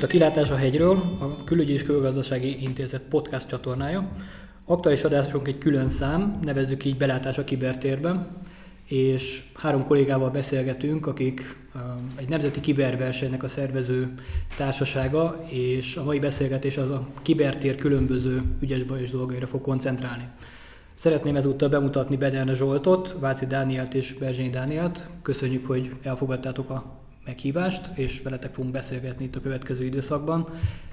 a Kilátás a hegyről, a Külügyi és Külgazdasági Intézet podcast csatornája. Aktuális adásunk egy külön szám, nevezzük így Belátás a kibertérben, és 3 kollégával beszélgetünk, akik egy nemzeti kiberversenynek a szervező társasága, és a mai beszélgetés az a kibertér különböző ügyes-bajos dolgaira fog koncentrálni. Szeretném ezúttal bemutatni Bederne Zsoltot, Váci Dánielt és Berzsényi Dánielt. Köszönjük, hogy elfogadtátok a meghívást, és veletek fogunk beszélgetni itt a következő időszakban.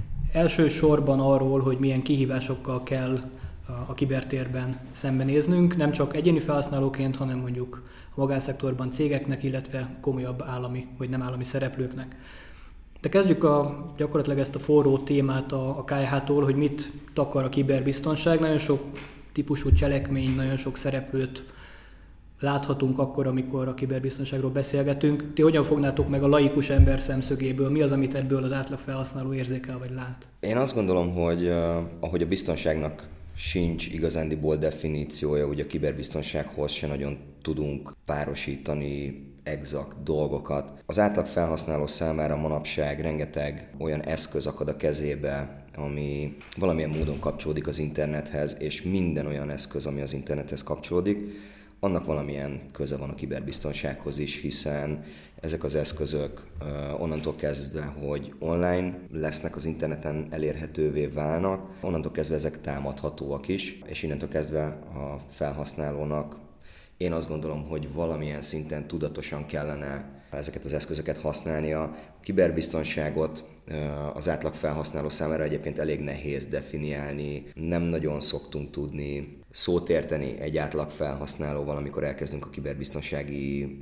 Elsősorban arról, hogy milyen kihívásokkal kell a kibertérben szembenéznünk, nem csak egyéni felhasználóként, hanem mondjuk a magánszektorban cégeknek, illetve komolyabb állami vagy nem állami szereplőknek. De kezdjük gyakorlatilag ezt a forró témát a KH-tól, hogy mit takar a kiberbiztonság. Nagyon sok típusú cselekmény, nagyon sok szereplőt láthatunk akkor, amikor a kiberbiztonságról beszélgetünk. Ti hogyan fognátok meg a laikus ember szemszögéből? Mi az, amit ebből az átlag felhasználó érzékel vagy lát? Én azt gondolom, hogy ahogy a biztonságnak sincs igazándiból definíciója, ugye a kiberbiztonsághoz se nagyon tudunk párosítani exakt dolgokat. Az átlag felhasználó számára manapság rengeteg olyan eszköz akad a kezébe, ami valamilyen módon kapcsolódik az internethez, és minden olyan eszköz, ami az internethez kapcsolódik, annak valamilyen köze van a kiberbiztonsághoz is, hiszen ezek az eszközök onnantól kezdve, hogy online lesznek, az interneten elérhetővé válnak, onnantól kezdve ezek támadhatóak is, és innentől kezdve a felhasználónak én azt gondolom, hogy valamilyen szinten tudatosan kellene ezeket az eszközöket használnia. A kiberbiztonságot az átlag felhasználó számára egyébként elég nehéz definiálni, nem nagyon szoktunk tudni szót érteni egy átlag felhasználóval, amikor elkezdünk a kiberbiztonsági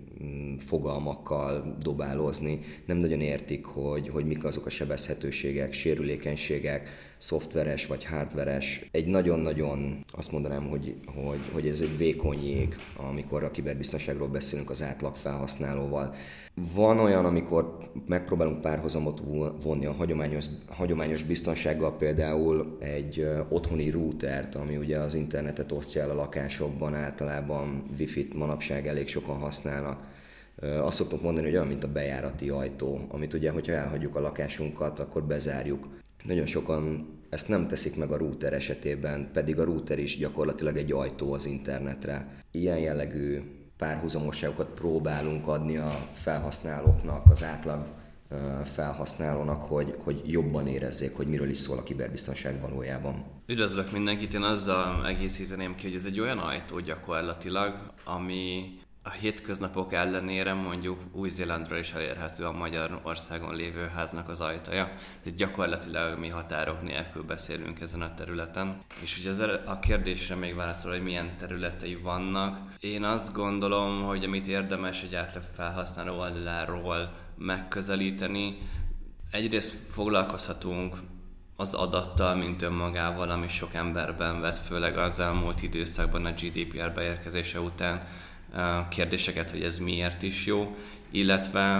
fogalmakkal dobálózni. Nem nagyon értik, hogy mik azok a sebezhetőségek, sérülékenységek, szoftveres vagy hardveres. Egy nagyon-nagyon, azt mondanám, hogy ez egy vékony jég, amikor a kiberbiztonságról beszélünk az átlag felhasználóval. Van olyan, amikor megpróbálunk párhuzamot vonni a hagyományos biztonsággal, például egy otthoni routert, ami ugye az internetet osztja el a lakásokban, általában Wi-Fi-t manapság elég sokan használnak. Azt szoktunk mondani, hogy olyan, mint a bejárati ajtó, amit ugye, hogyha elhagyjuk a lakásunkat, akkor bezárjuk. Nagyon sokan ezt nem teszik meg a router esetében, pedig a router is gyakorlatilag egy ajtó az internetre. Ilyen jellegű párhuzamosságokat próbálunk adni a felhasználóknak, az átlag felhasználónak, hogy jobban érezzék, hogy miről is szól a kiberbiztonság valójában. Üdvözlök mindenkit, én azzal egészíteném ki, hogy ez egy olyan ajtó gyakorlatilag, ami a hétköznapok ellenére mondjuk Új-Zélandra is elérhető a Magyarországon lévő háznak az ajtaja. Tehát gyakorlatilag mi határok nélkül beszélünk ezen a területen. És ugye ezzel a kérdésre még válaszol, hogy milyen területei vannak. Én azt gondolom, hogy amit érdemes egy átlag felhasználó oldaláról megközelíteni, egyrészt foglalkozhatunk az adattal, mint önmagával, ami sok emberben vett, főleg az elmúlt időszakban a GDPR beérkezése után kérdéseket, hogy ez miért is jó, illetve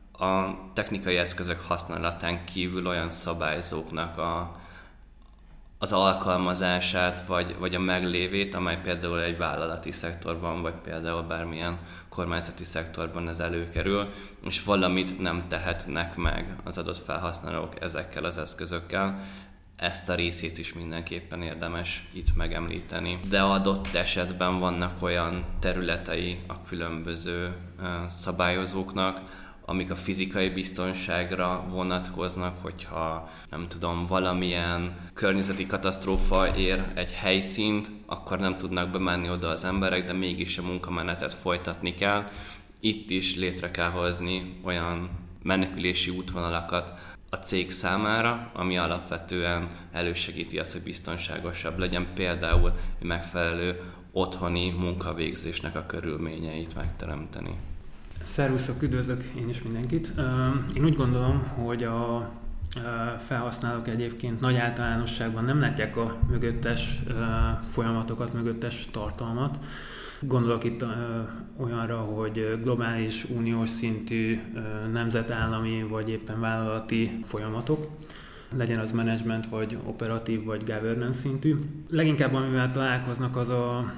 a technikai eszközök használatán kívül olyan szabályzóknak az alkalmazását, vagy a meglévét, amely például egy vállalati szektorban, vagy például bármilyen kormányzati szektorban ez előkerül, és valamit nem tehetnek meg az adott felhasználók ezekkel az eszközökkel. Ezt a részét is mindenképpen érdemes itt megemlíteni. De adott esetben vannak olyan területei a különböző szabályozóknak, amik a fizikai biztonságra vonatkoznak, hogyha nem tudom, valamilyen környezeti katasztrófa ér egy helyszínt, akkor nem tudnak bemenni oda az emberek, de mégis a munkamenetet folytatni kell. Itt is létre kell hozni olyan menekülési útvonalakat a cég számára, ami alapvetően elősegíti azt, hogy biztonságosabb legyen, például megfelelő otthoni munkavégzésnek a körülményeit megteremteni. Szervusztok, üdvözlök én is mindenkit. Én úgy gondolom, hogy a felhasználók egyébként nagy általánosságban nem látják a mögöttes folyamatokat, mögöttes tartalmat. Gondolok itt olyanra, hogy globális, uniós szintű, nemzetállami vagy éppen vállalati folyamatok, legyen az management, vagy operatív, vagy governance szintű. Leginkább amivel találkoznak, az a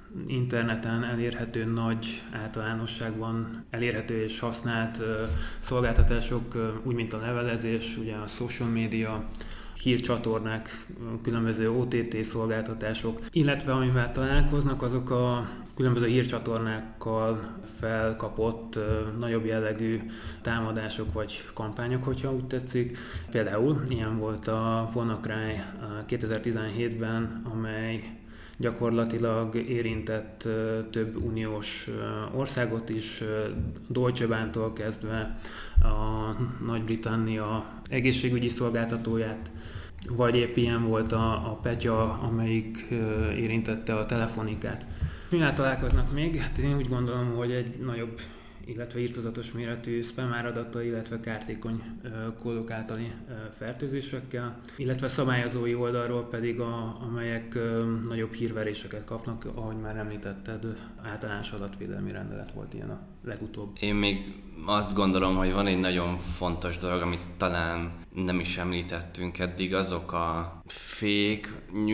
interneten elérhető nagy általánosságban elérhető és használt szolgáltatások, úgy mint a levelezés, ugye a social media, hírcsatornák, különböző OTT szolgáltatások, illetve amivel találkoznak, azok a különböző hírcsatornákkal felkapott nagyobb jellegű támadások vagy kampányok, hogyha úgy tetszik. Például ilyen volt a WannaCry 2017-ben, amely gyakorlatilag érintett több uniós országot is, Deutsche Bahntól kezdve a Nagy-Britannia egészségügyi szolgáltatóját, vagy épp ilyen volt a Petya, amelyik érintette a Telefonikát. Mivel találkoznak még? Hát én úgy gondolom, hogy egy nagyobb, illetve irtózatos méretű spam áradata, illetve kártékony kódok általi fertőzésekkel, illetve szabályozói oldalról pedig, amelyek nagyobb hírveréseket kapnak, ahogy már említetted, általános adatvédelmi rendelet volt ilyen a legutóbb. Én még azt gondolom, hogy van egy nagyon fontos dolog, amit talán nem is említettünk eddig, azok a fake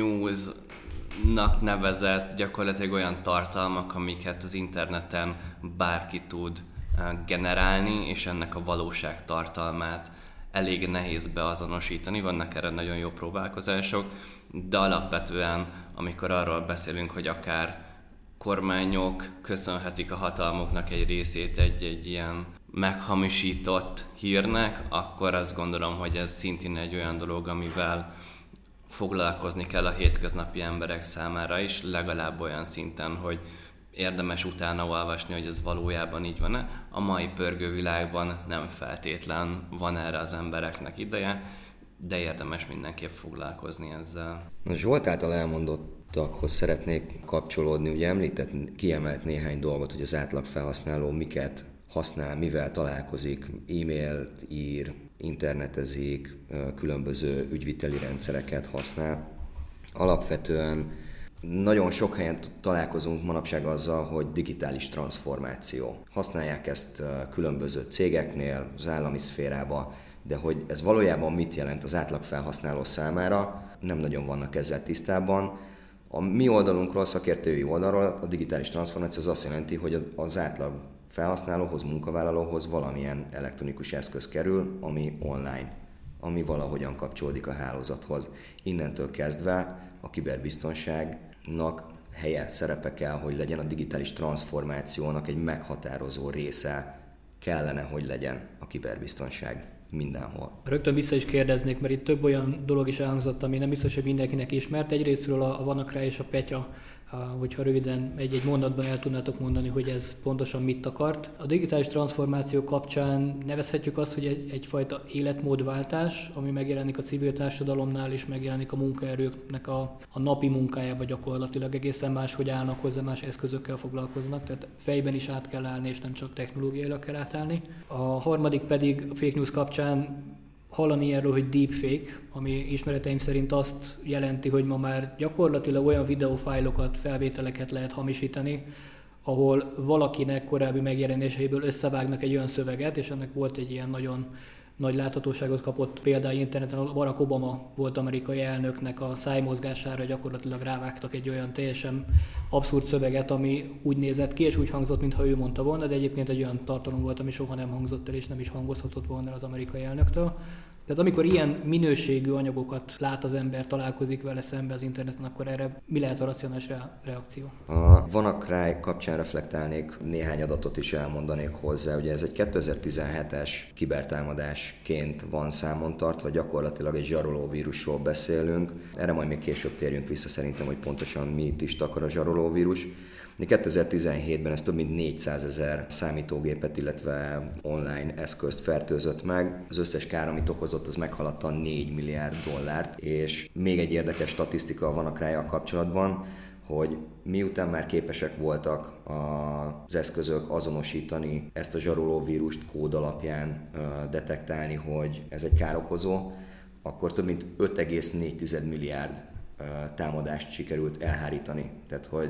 news-nak nevezett gyakorlatilag olyan tartalmak, amiket az interneten bárki tud generálni, és ennek a valóság tartalmát elég nehéz beazonosítani, vannak erre nagyon jó próbálkozások, de alapvetően, amikor arról beszélünk, hogy akár kormányok köszönhetik a hatalmuknak egy részét egy ilyen meghamisított hírnek, akkor azt gondolom, hogy ez szintén egy olyan dolog, amivel foglalkozni kell a hétköznapi emberek számára is, legalább olyan szinten, hogy érdemes utána olvasni, hogy ez valójában így van-e. A mai pörgő világban nem feltétlen van erre az embereknek ideje, de érdemes mindenképp foglalkozni ezzel. Zsolt által elmondottakhoz szeretnék kapcsolódni. Ugye kiemelt néhány dolgot, hogy az átlag felhasználó miket használ, mivel találkozik, e-mailt ír, internetezik, különböző ügyviteli rendszereket használ. Alapvetően nagyon sok helyen találkozunk manapság azzal, hogy digitális transformáció. Használják ezt különböző cégeknél, az állami szférában, de hogy ez valójában mit jelent az átlag felhasználó számára, nem nagyon vannak ezzel tisztában. A mi oldalunkról, a szakértői oldalról a digitális transformáció az azt jelenti, hogy az átlag felhasználóhoz, munkavállalóhoz valamilyen elektronikus eszköz kerül, ami online, ami valahogyan kapcsolódik a hálózathoz. Innentől kezdve a kiberbiztonságnak helye, szerepe kell, hogy legyen, a digitális transformációnak egy meghatározó része kellene, hogy legyen a kiberbiztonság mindenhol. Rögtön vissza is kérdeznék, mert itt több olyan dolog is elhangzott, ami nem biztos, hogy mindenkinek ismert. Egyrésztről a WannaCry és a Petya, hogyha röviden egy mondatban el tudnátok mondani, hogy ez pontosan mit akart. A digitális transformáció kapcsán nevezhetjük azt, hogy egyfajta életmódváltás, ami megjelenik a civil társadalomnál, és megjelenik a munkaerőknek a napi munkájába gyakorlatilag egészen máshogy állnak hozzá, más eszközökkel foglalkoznak, tehát fejben is át kell állni, és nem csak technológiailag kell átállni. A harmadik pedig a fake news kapcsán hallani erről, hogy deepfake, ami ismereteim szerint azt jelenti, hogy ma már gyakorlatilag olyan videófájlokat, felvételeket lehet hamisítani, ahol valakinek korábbi megjelenéseiből összevágnak egy olyan szöveget, és ennek volt egy ilyen nagyon nagy láthatóságot kapott például interneten, a Barack Obama volt amerikai elnöknek a szájmozgására, gyakorlatilag rávágtak egy olyan teljesen abszurd szöveget, ami úgy nézett ki, és úgy hangzott, mintha ő mondta volna, de egyébként egy olyan tartalom volt, ami soha nem hangzott el, és nem is hangozhatott volna az amerikai elnöktől. Tehát amikor ilyen minőségű anyagokat lát az ember, találkozik vele szembe az interneten, akkor erre mi lehet a racionális reakció? A WannaCry kapcsán reflektálnék, néhány adatot is elmondanék hozzá. Ugye ez egy 2017-es kibertámadásként van számon tartva, gyakorlatilag egy zsarolóvírusról beszélünk. Erre majd még később térjünk vissza szerintem, hogy pontosan mit is takar a zsarolóvírus. 2017-ben ez több mint 400 000 számítógépet, illetve online eszközt fertőzött meg. Az összes kár, amit okozott, az meghaladta 4 milliárd dollárt. És még egy érdekes statisztika van a WannaCry-jal kapcsolatban, hogy miután már képesek voltak az eszközök azonosítani ezt a zsarolóvírust, kód alapján detektálni, hogy ez egy károkozó, akkor több mint 5,4 milliárd támadást sikerült elhárítani. Tehát, hogy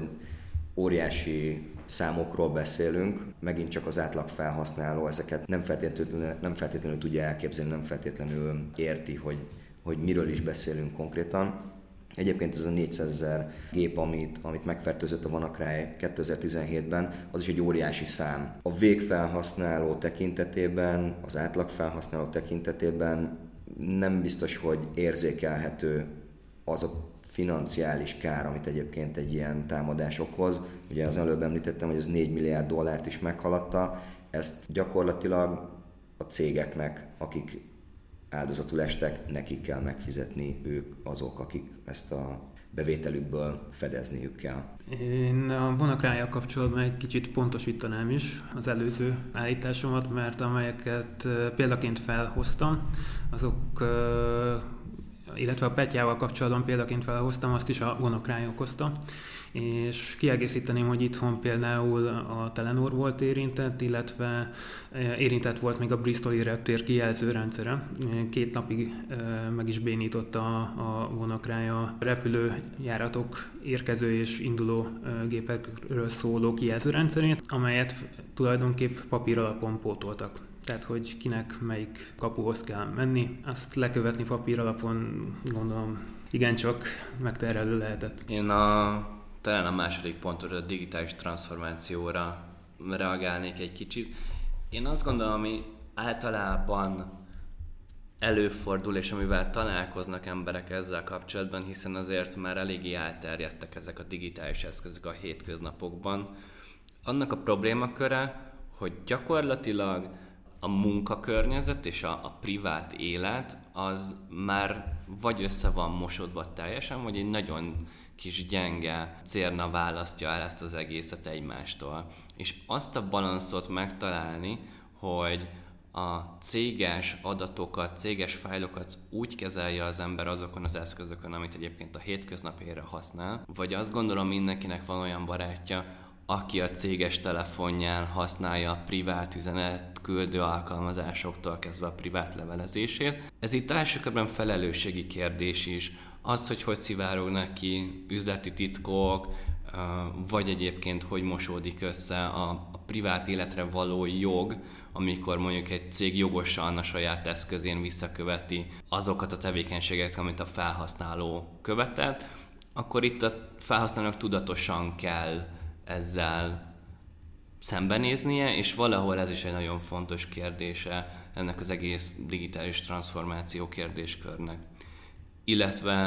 óriási számokról beszélünk, megint csak az átlag felhasználó ezeket nem feltétlenül tudja elképzelni, nem feltétlenül érti, hogy miről is beszélünk konkrétan. Egyébként ez a 400 000 gép, amit megfertőzött a WannaCry 2017-ben, az is egy óriási szám. A végfelhasználó tekintetében, az átlagfelhasználó tekintetében nem biztos, hogy érzékelhető az a financiális kár, amit egyébként egy ilyen támadás okoz. Ugye az előbb említettem, hogy ez 4 milliárd dollárt is meghaladta. Ezt gyakorlatilag a cégeknek, akik áldozatul estek, nekik kell megfizetni, ők azok, akik ezt a bevételükből fedezniük kell. Én a WannaCry-jal kapcsolatban egy kicsit pontosítanám is az előző állításomat, mert amelyeket példaként felhoztam, azok, illetve a Petyával kapcsolatban példaként felhoztam, azt is a WannaCry okozta. És kiegészíteném, hogy itthon például a Telenor volt érintett, illetve érintett volt még a Bristoli reptér kijelző rendszere. 2 napig meg is bénította a WannaCry a repülőjáratok érkező és induló gépekről szóló kijelző rendszerét, amelyet tulajdonképp papír alapon pótoltak. Tehát, hogy kinek melyik kapuhoz kell menni, azt lekövetni papír alapon, gondolom, igencsak megterhelő lehetett. Én talán a második pontra, a digitális transformációra reagálnék egy kicsit. Én azt gondolom, ami általában előfordul, és amivel találkoznak emberek ezzel kapcsolatban, hiszen azért már eléggé elterjedtek ezek a digitális eszközök a hétköznapokban. Annak a problémaköre, hogy gyakorlatilag a munkakörnyezet és a privát élet az már vagy össze van mosodva teljesen, vagy egy nagyon kis gyenge cérna választja el ezt az egészet egymástól. És azt a balanszot megtalálni, hogy a céges adatokat, céges fájlokat úgy kezelje az ember azokon az eszközökön, amit egyébként a hétköznapjára használ, vagy azt gondolom mindenkinek van olyan barátja, aki a céges telefonján használja a privát üzenetküldő alkalmazásoktól kezdve a privát levelezését. Ez itt első körben felelősségi kérdés is. Az, hogy szivárognak ki üzleti titkok, vagy egyébként hogy mosódik össze a privát életre való jog, amikor mondjuk egy cég jogosan a saját eszközén visszaköveti azokat a tevékenységeket, amit a felhasználó követett, akkor itt a felhasználónak tudatosan kell ezzel szembenéznie, és valahol ez is egy nagyon fontos kérdése ennek az egész digitális transformáció kérdéskörnek. Illetve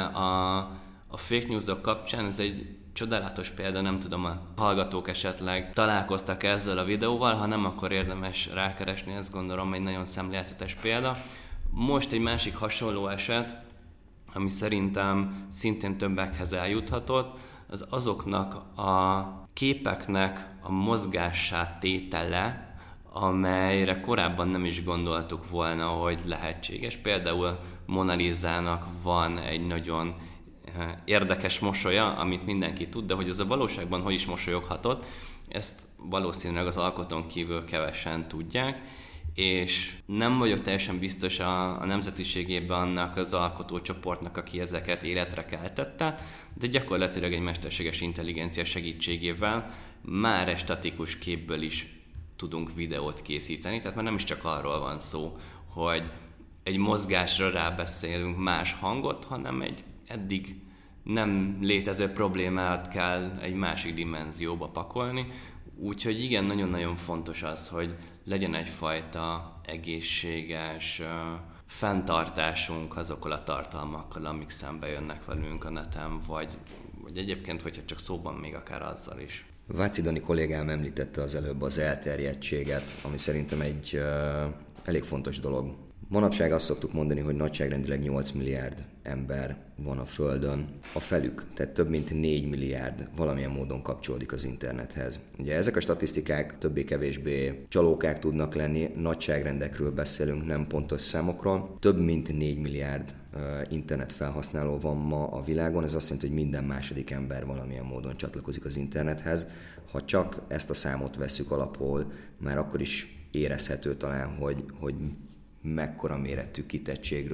a fake newsok kapcsán ez egy csodálatos példa, nem tudom, a hallgatók esetleg találkoztak ezzel a videóval, ha nem, akkor érdemes rákeresni, ezt gondolom egy nagyon szemléletes példa. Most egy másik hasonló eset, ami szerintem szintén többekhez eljuthatott, az azoknak a képeknek a mozgássá tétele, amelyre korábban nem is gondoltuk volna, hogy lehetséges. Például Mona Lisának van egy nagyon érdekes mosolya, amit mindenki tud, de hogy ez a valóságban hogy is mosolyoghatott, ezt valószínűleg az alkotón kívül kevesen tudják, és nem vagyok teljesen biztos a nemzetiségében annak az alkotócsoportnak, aki ezeket életre keltette, de gyakorlatilag egy mesterséges intelligencia segítségével már egy statikus képből is tudunk videót készíteni, tehát már nem is csak arról van szó, hogy egy mozgásra rábeszélünk más hangot, hanem egy eddig nem létező problémát kell egy másik dimenzióba pakolni. Úgyhogy igen, nagyon-nagyon fontos az, hogy legyen egyfajta egészséges fenntartásunk azokkal a tartalmakkal, amik szembe jönnek velünk a neten, vagy egyébként, hogyha csak szóban még akár azzal is. Váci Dani kollégám említette az előbb az elterjedtséget, ami szerintem egy elég fontos dolog. Manapság azt szoktuk mondani, hogy nagyságrendileg 8 milliárd ember van a Földön. A felük, tehát több mint 4 milliárd valamilyen módon kapcsolódik az internethez. Ugye ezek a statisztikák többé-kevésbé csalókák tudnak lenni, nagyságrendekről beszélünk, nem pontos számokról. Több mint 4 milliárd internet felhasználó van ma a világon, ez azt jelenti, hogy minden második ember valamilyen módon csatlakozik az internethez. Ha csak ezt a számot vesszük alapul, már akkor is érezhető talán, hogy mekkora méretű kitettségről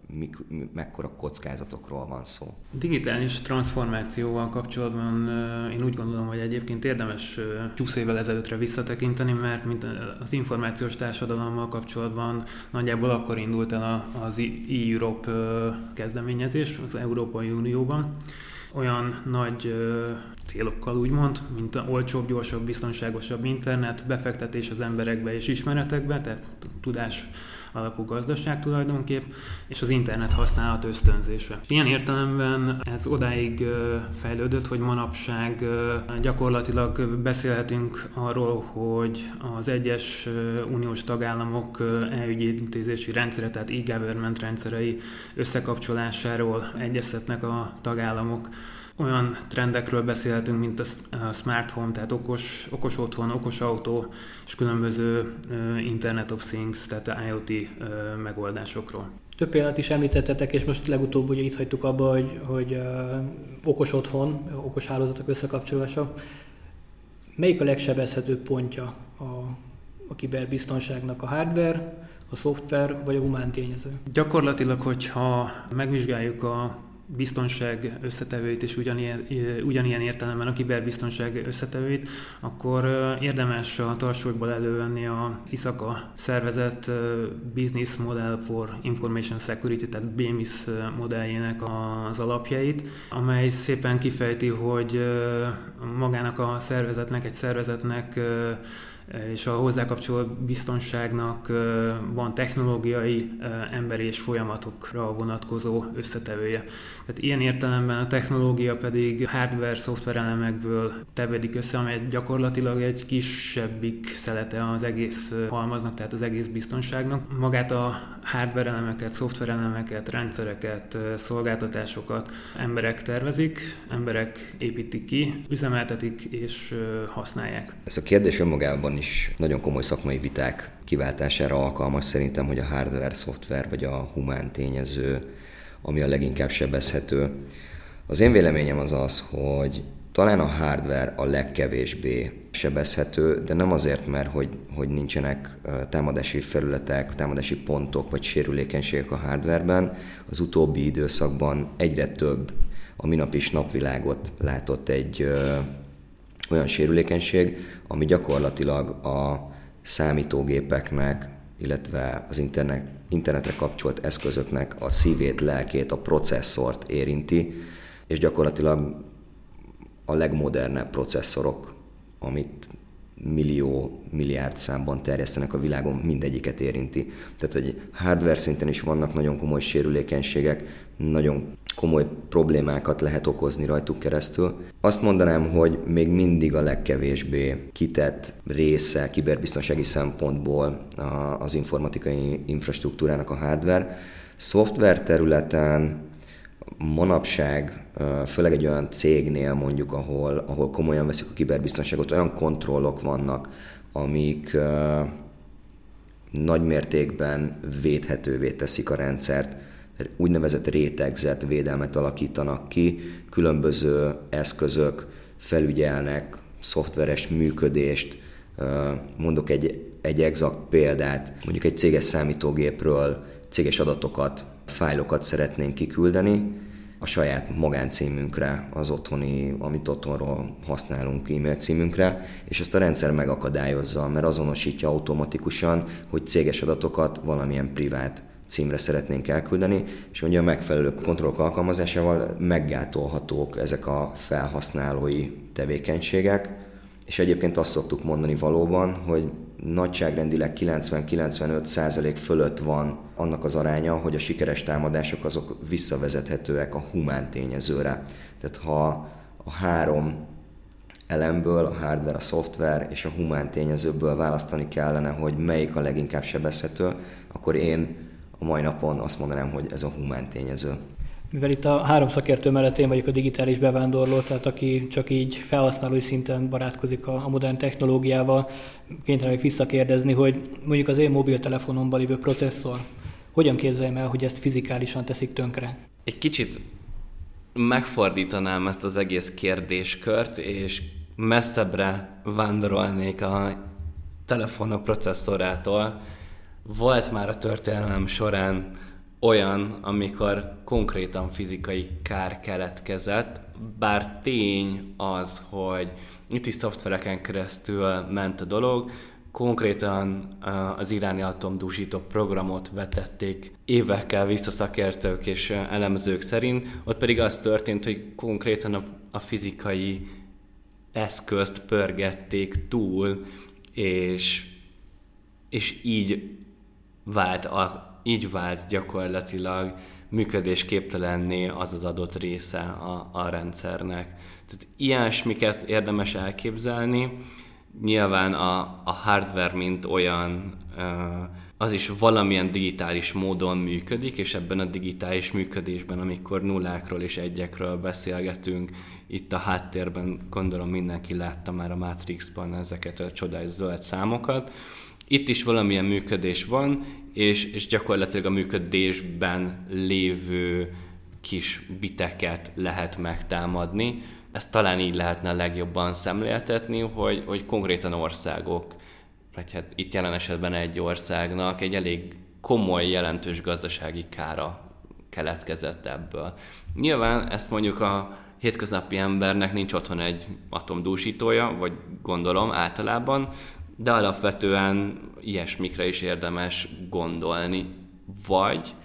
mekkora kockázatokról van szó. Digitális transformációval kapcsolatban én úgy gondolom, hogy egyébként érdemes 20 évvel ezelőttre visszatekinteni, mert mint az információs társadalommal kapcsolatban nagyjából akkor indult el az e-Europe kezdeményezés az Európai Unióban. Olyan nagy célokkal úgymond, mint olcsóbb, gyorsabb, biztonságosabb internet, befektetés az emberekbe és ismeretekbe, tehát tudás alapú gazdaság tulajdonképp, és az internet használat ösztönzése. Ilyen értelemben ez odáig fejlődött, hogy manapság gyakorlatilag beszélhetünk arról, hogy az egyes uniós tagállamok e-ügyintézési rendszere, tehát e-government rendszerei összekapcsolásáról egyeztetnek a tagállamok. Olyan trendekről beszélhetünk, mint a smart home, tehát okos otthon, okos autó, és különböző Internet of Things, tehát IoT megoldásokról. Több példát is említettetek, és most legutóbb ugye itt hagytuk abba, hogy okos otthon, okos hálózatok összekapcsolása. Melyik a legsebezhetőbb pontja a kiberbiztonságnak? A hardware, a szoftver vagy a humán tényező? Gyakorlatilag, hogyha megvizsgáljuk a biztonság összetevőit és ugyanilyen értelemben a kiberbiztonság összetevőit, akkor érdemes a tarsolyból elővenni a ISACA szervezet Business Model for Information Security, tehát BMIS modelljének az alapjait, amely szépen kifejti, hogy magának a szervezetnek, egy szervezetnek és a hozzá kapcsolódó biztonságnak van technológiai, emberi és folyamatokra vonatkozó összetevője. Tehát ilyen értelemben a technológia pedig hardware-szoftver elemekből tevedik össze, amely gyakorlatilag egy kisebbik szelete az egész halmaznak, tehát az egész biztonságnak. Magát a hardware elemeket, szoftver elemeket, rendszereket, szolgáltatásokat emberek tervezik, emberek építik ki, üzemeltetik és használják. Ez a kérdés önmagában is nagyon komoly szakmai viták kiváltására alkalmas szerintem, hogy a hardware, szoftver vagy a humán tényező, ami a leginkább sebezhető. Az én véleményem az, hogy talán a hardware a legkevésbé sebezhető, de nem azért, mert hogy nincsenek támadási felületek, támadási pontok vagy sérülékenységek a hardwareben. Az utóbbi időszakban egyre több a minap is napvilágot látott egy olyan sérülékenység, ami gyakorlatilag a számítógépeknek, illetve az internetre kapcsolt eszközöknek a szívét, lelkét, a processzort érinti, és gyakorlatilag a legmodernebb processzorok, amit milliárd számban terjesztenek a világon, mindegyiket érinti. Tehát, hogy hardware szinten is vannak nagyon komoly sérülékenységek, nagyon komoly problémákat lehet okozni rajtuk keresztül. Azt mondanám, hogy még mindig a legkevésbé kitett része kiberbiztonsági szempontból az informatikai infrastruktúrának a hardware. Szoftver területen manapság, főleg egy olyan cégnél mondjuk, ahol komolyan veszik a kiberbiztonságot, olyan kontrollok vannak, amik nagy mértékben védhetővé teszik a rendszert, úgynevezett rétegzett védelmet alakítanak ki, különböző eszközök felügyelnek szoftveres működést. Mondok egy exakt példát, mondjuk egy céges számítógépről céges adatokat, fájlokat szeretnénk kiküldeni a saját magáncímünkre, az otthoni, amit otthonról használunk e-mail címünkre, és ezt a rendszer megakadályozza, mert azonosítja automatikusan, hogy céges adatokat valamilyen privát címre szeretnénk elküldeni, és ugye a megfelelő kontrollok alkalmazásával meggátolhatók ezek a felhasználói tevékenységek, és egyébként azt szoktuk mondani valóban, hogy nagyságrendileg 90-95% fölött van annak az aránya, hogy a sikeres támadások azok visszavezethetőek a humán tényezőre. Tehát ha a három elemből, a hardware, a szoftver és a humán tényezőből választani kellene, hogy melyik a leginkább sebezhető, akkor én a mai napon azt mondanám, hogy ez a humán tényező. Mivel itt a három szakértő mellett én vagyok a digitális bevándorló, tehát aki csak így felhasználói szinten barátkozik a modern technológiával, kénytelen visszakérdezni, hogy mondjuk az én mobiltelefonomban lévő processzor, hogyan képzeljem el, hogy ezt fizikálisan teszik tönkre? Egy kicsit megfordítanám ezt az egész kérdéskört, és messzebbre vándorolnék a telefonok processzorától. Volt már a történelem során olyan, amikor konkrétan fizikai kár keletkezett, bár tény az, hogy IT szoftvereken keresztül ment a dolog, konkrétan az iráni atomdúsító programot vetették évekkel vissza szakértők és elemzők szerint, ott pedig az történt, hogy konkrétan a fizikai eszközt pörgették túl, és így vált gyakorlatilag működésképtelenné az adott része a rendszernek. Tehát ilyesmiket érdemes elképzelni. Nyilván a hardware, mint olyan, az is valamilyen digitális módon működik, és ebben a digitális működésben, amikor nullákról és egyekről beszélgetünk, itt a háttérben gondolom mindenki látta már a Matrixban ezeket a csodás zöld számokat. Itt is valamilyen működés van, és gyakorlatilag a működésben lévő kis biteket lehet megtámadni. Ezt talán így lehetne a legjobban szemléltetni, hogy konkrétan országok, vagy hát itt jelen esetben egy országnak egy elég komoly, jelentős gazdasági kára keletkezett ebből. Nyilván ezt mondjuk a hétköznapi embernek nincs otthon egy atomdúsítója, vagy gondolom általában, de alapvetően ilyesmikre is érdemes gondolni. Vagy,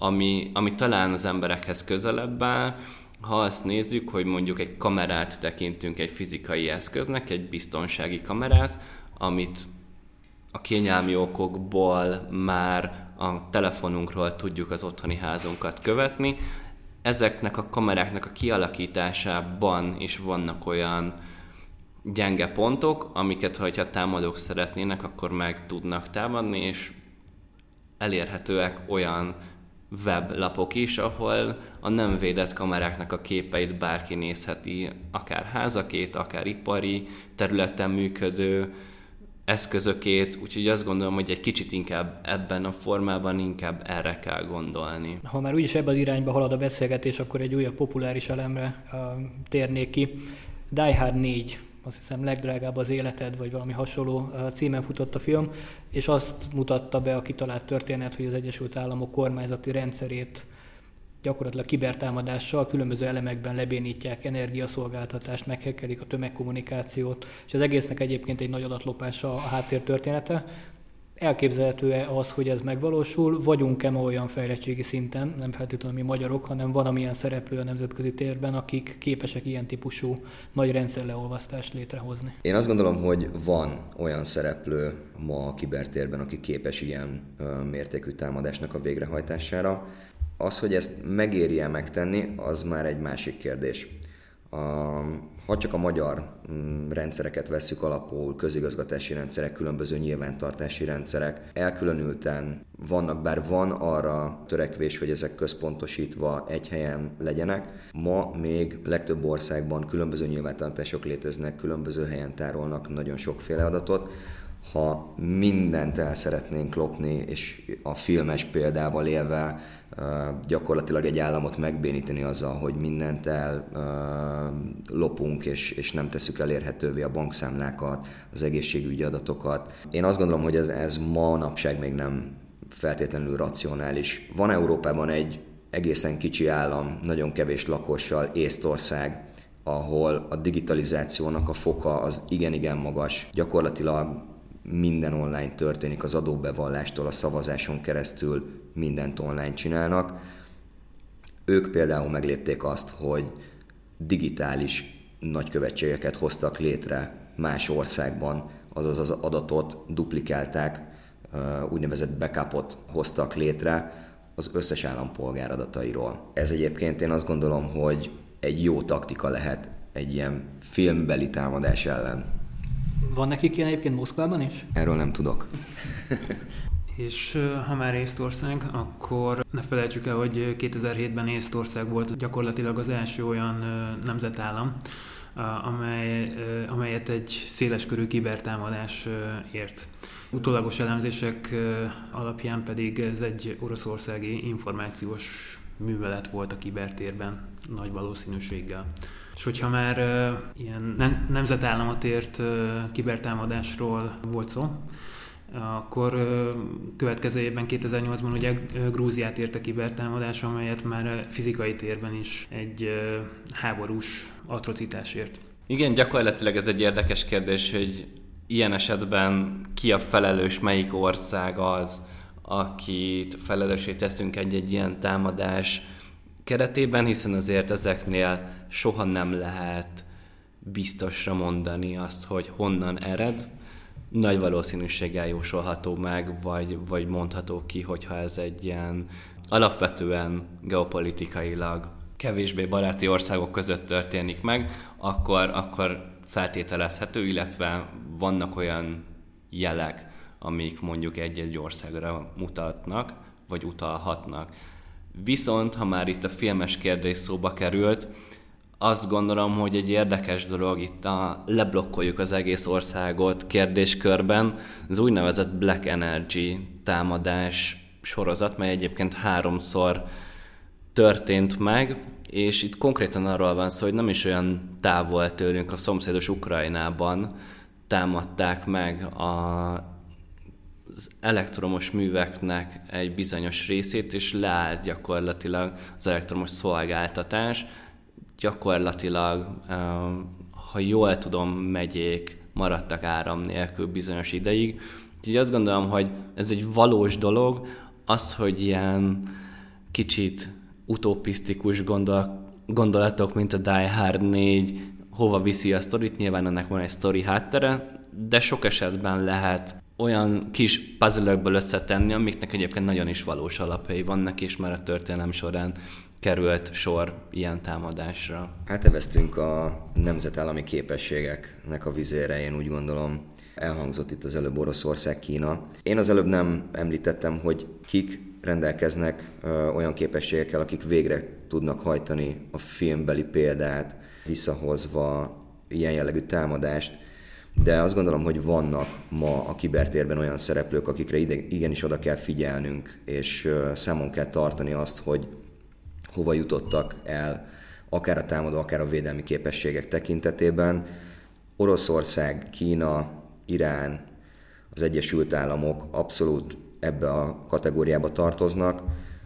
ami talán az emberekhez közelebb áll, ha azt nézzük, hogy mondjuk egy kamerát tekintünk egy fizikai eszköznek, egy biztonsági kamerát, amit a kényelmi okokból már a telefonunkról tudjuk az otthoni házunkat követni. Ezeknek a kameráknak a kialakításában is vannak olyan gyenge pontok, amiket, ha támadók szeretnének, akkor meg tudnak támadni, és elérhetőek olyan weblapok is, ahol a nem védett kameráknak a képeit bárki nézheti, akár házakét, akár ipari területen működő eszközökét, úgyhogy azt gondolom, hogy egy kicsit inkább ebben a formában inkább erre kell gondolni. Ha már úgyis ebben az irányba halad a beszélgetés, akkor egy újabb populáris elemre térnék ki. Die Hard 4, azt hiszem legdrágább az életed, vagy valami hasonló címen futott a film, és azt mutatta be a kitalált történet, hogy az Egyesült Államok kormányzati rendszerét gyakorlatilag kibertámadással különböző elemekben lebénítják, energiaszolgáltatást, meghekkelik a tömegkommunikációt, és az egésznek egyébként egy nagy adatlopása a háttértörténete. Elképzelhető-e az, hogy ez megvalósul? Vagyunk-e ma olyan fejlettségi szinten, nem feltétlenül mi magyarok, hanem van amilyen szereplő a nemzetközi térben, akik képesek ilyen típusú nagy rendszerleolvasztást létrehozni? Én azt gondolom, hogy van olyan szereplő ma a kibertérben, aki képes ilyen mértékű támadásnak a végrehajtására. Az, hogy ezt megéri-e megtenni, az már egy másik kérdés. Ha csak a magyar rendszereket vesszük alapul, közigazgatási rendszerek, különböző nyilvántartási rendszerek elkülönülten vannak, bár van arra törekvés, hogy ezek központosítva egy helyen legyenek. Ma még legtöbb országban különböző nyilvántartások léteznek, különböző helyen tárolnak nagyon sokféle adatot. Ha mindent el szeretnénk lopni, és a filmes példával élve gyakorlatilag egy államot megbénítani azzal, hogy mindent ellopunk, és nem tesszük elérhetővé a bankszámlákat, az egészségügyi adatokat. Én azt gondolom, hogy ez manapság még nem feltétlenül racionális. Van Európában egy egészen kicsi állam, nagyon kevés lakossal, Észtország, ahol a digitalizációnak a foka az igen-igen magas. Gyakorlatilag minden online történik, az adóbevallástól a szavazáson keresztül mindent online csinálnak. Ők például meglépték azt, hogy digitális nagykövetségeket hoztak létre más országban, azaz az adatot duplikálták, úgynevezett backupot hoztak létre az összes állampolgár adatairól. Ez egyébként én azt gondolom, hogy egy jó taktika lehet egy ilyen filmbeli támadás ellen. Van nekik ilyen egyébként Moszkvában is? Erről nem tudok. És ha már Észtország, akkor ne felejtsük el, hogy 2007-ben Észtország volt gyakorlatilag az első olyan nemzetállam, amelyet egy széleskörű kibertámadás ért. Utólagos elemzések alapján pedig ez egy oroszországi információs művelet volt a kibertérben nagy valószínűséggel. És hogyha már ilyen nemzetállamot ért kibertámadásról volt szó, Akkor következő évben, 2008-ban ugye Grúziát érte kibertámadás, amelyet már fizikai térben is egy háborús atrocitásért. Igen, gyakorlatilag ez egy érdekes kérdés, hogy ilyen esetben ki a felelős, melyik ország az, akit felelőssé teszünk egy ilyen támadás keretében, hiszen azért ezeknél soha nem lehet biztosra mondani azt, hogy honnan ered. Nagy valószínűséggel jósolható meg, vagy mondható ki, hogyha ez egy ilyen alapvetően geopolitikailag kevésbé baráti országok között történik meg, akkor feltételezhető, illetve vannak olyan jelek, amik mondjuk egy-egy országra mutatnak, vagy utalhatnak. Viszont, ha már itt a filmes kérdés szóba került, azt gondolom, hogy egy érdekes dolog itt leblokkoljuk az egész országot kérdéskörben, az úgynevezett Black Energy támadás sorozat, mely egyébként 3-szor történt meg, és itt konkrétan arról van szó, hogy nem is olyan távol tőlünk, a szomszédos Ukrajnában támadták meg az elektromos műveknek egy bizonyos részét, és leállt gyakorlatilag az elektromos szolgáltatás. Gyakorlatilag, ha jól tudom, megyék maradtak áram nélkül bizonyos ideig. Úgyhogy azt gondolom, hogy ez egy valós dolog, az, hogy ilyen kicsit utopisztikus gondolatok, mint a Die Hard 4, hova viszi a sztorit, nyilván ennek van egy sztori háttere, de sok esetben lehet olyan kis puzzle-ökből összetenni, amiknek egyébként nagyon is valós alapjai vannak, és már a történelem során került sor ilyen támadásra. Áteveztünk a nemzetállami képességeknek a vizére, én úgy gondolom. Elhangzott itt az előbb Oroszország, Kína. Én az előbb nem említettem, hogy kik rendelkeznek olyan képességekkel, akik végre tudnak hajtani a filmbeli példát, visszahozva ilyen jellegű támadást. De azt gondolom, hogy vannak ma a kibertérben olyan szereplők, akikre igenis oda kell figyelnünk, és számon kell tartani azt, hogy hova jutottak el, akár a támadó, akár a védelmi képességek tekintetében. Oroszország, Kína, Irán, az Egyesült Államok abszolút ebbe a kategóriába tartoznak.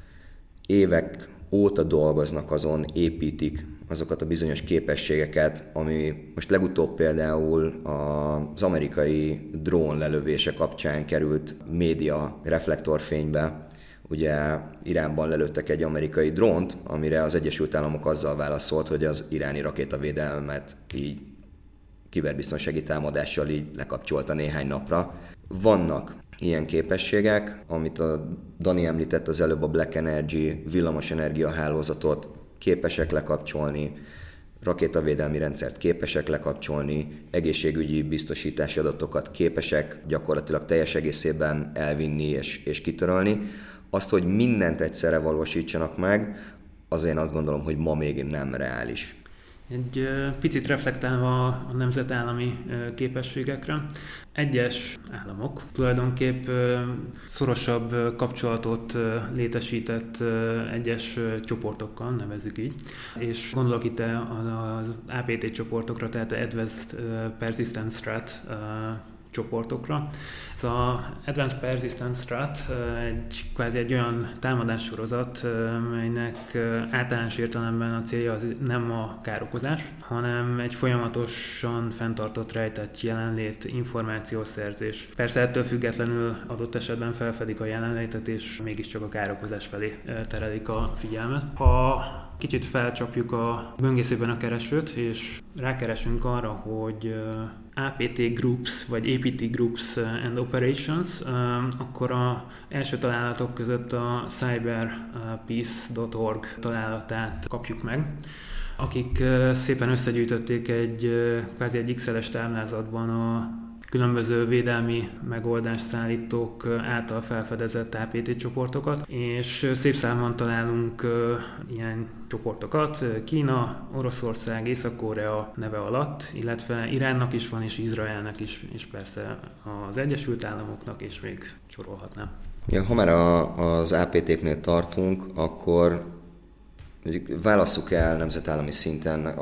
Évek óta dolgoznak azon, építik azokat a bizonyos képességeket, ami most legutóbb például az amerikai drón lelövése kapcsán került média reflektorfénybe. Ugye Iránban lelőttek egy amerikai drónt, amire az Egyesült Államok azzal válaszolt, hogy az iráni rakétavédelmet így kiberbiztonsági támadással így lekapcsolta néhány napra. Vannak ilyen képességek, amit a Dani említett az előbb, a Black Energy villamos energiahálózatot képesek lekapcsolni, rakétavédelmi rendszert képesek lekapcsolni, egészségügyi biztosítási adatokat képesek gyakorlatilag teljes egészében elvinni és kitörölni. Azt, hogy mindent egyszerre valósítsanak meg, az én azt gondolom, hogy ma még nem reális. Egy picit reflektálva a nemzetállami képességekre, egyes államok tulajdonképp szorosabb kapcsolatot létesített egyes csoportokkal, nevezzük így, és gondolok itt az APT csoportokra, tehát Advanced Persistent Threat csoportokra. Ez az Advanced Persistent Threat kvázi egy olyan támadássorozat, melynek általános értelemben a célja az nem a károkozás, hanem egy folyamatosan fenntartott rejtett jelenlét, információszerzés. Persze ettől függetlenül adott esetben felfedik a jelenlétet, és mégiscsak a károkozás felé terelik a figyelmet. Ha kicsit felcsapjuk a böngészőben a keresőt, és rákeresünk arra, hogy APT Groups, vagy APT Groups and Operations, akkor az első találatok között a cyberpeace.org találatát kapjuk meg, akik szépen összegyűjtötték kvázi egy Excel-es táblázatban a különböző védelmi megoldásszállítók által felfedezett APT csoportokat, és szép számban találunk ilyen csoportokat Kína, Oroszország, Észak-Korea neve alatt, illetve Iránnak is van, és Izraelnek is, és persze az Egyesült Államoknak, és még sorolhatnám. Ja, ha már az APT-knél tartunk, akkor válasszuk el nemzetállami szinten a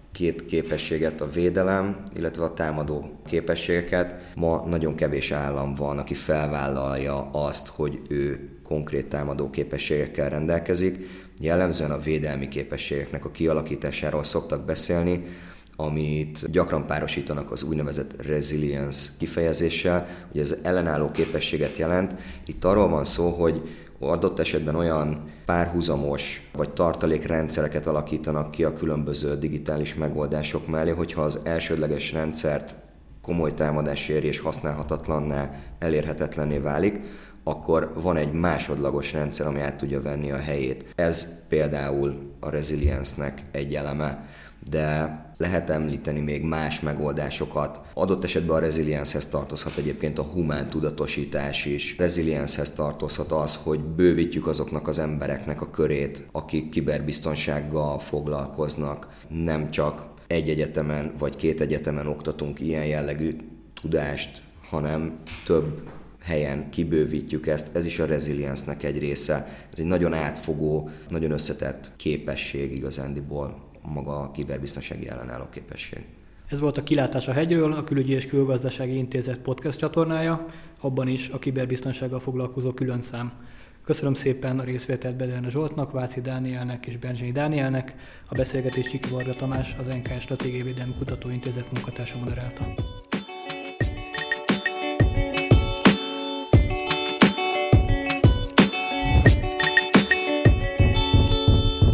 két képességet, a védelem, illetve a támadó képességeket. Ma nagyon kevés állam van, aki felvállalja azt, hogy ő konkrét támadó képességekkel rendelkezik. Jellemzően a védelmi képességeknek a kialakításáról szoktak beszélni, amit gyakran párosítanak az úgynevezett resilience kifejezéssel, hogy ez ellenálló képességet jelent. Itt arról van szó, hogy adott esetben olyan párhuzamos vagy tartalékrendszereket alakítanak ki a különböző digitális megoldások mellé, hogyha az elsődleges rendszert komoly támadás éri és használhatatlanná, elérhetetlenné válik, akkor van egy másodlagos rendszer, ami át tudja venni a helyét. Ez például a resilience-nek egy eleme, de lehet említeni még más megoldásokat. Adott esetben a resilience-hez tartozhat egyébként a humán tudatosítás is. Resilience-hez tartozhat az, hogy bővítjük azoknak az embereknek a körét, akik kiberbiztonsággal foglalkoznak. Nem csak egy egyetemen vagy két egyetemen oktatunk ilyen jellegű tudást, hanem több helyen kibővítjük ezt. Ez is a resilience-nek egy része. Ez egy nagyon átfogó, nagyon összetett képesség igazándiból, maga a kiberbiztonsági ellenálló képesség. Ez volt a Kilátás a hegyről, a Külügyi és Külgazdasági Intézet podcast csatornája, abban is a kiberbiztonsággal foglalkozó külön szám. Köszönöm szépen a részvételt Bederne Zsoltnak, Váci Dánielnek és Berzsenyi Dánielnek. A beszélgetést Csiki Varga Tamás, az NKS Stratégiai Védelmi Kutatóintézet munkatársa moderálta.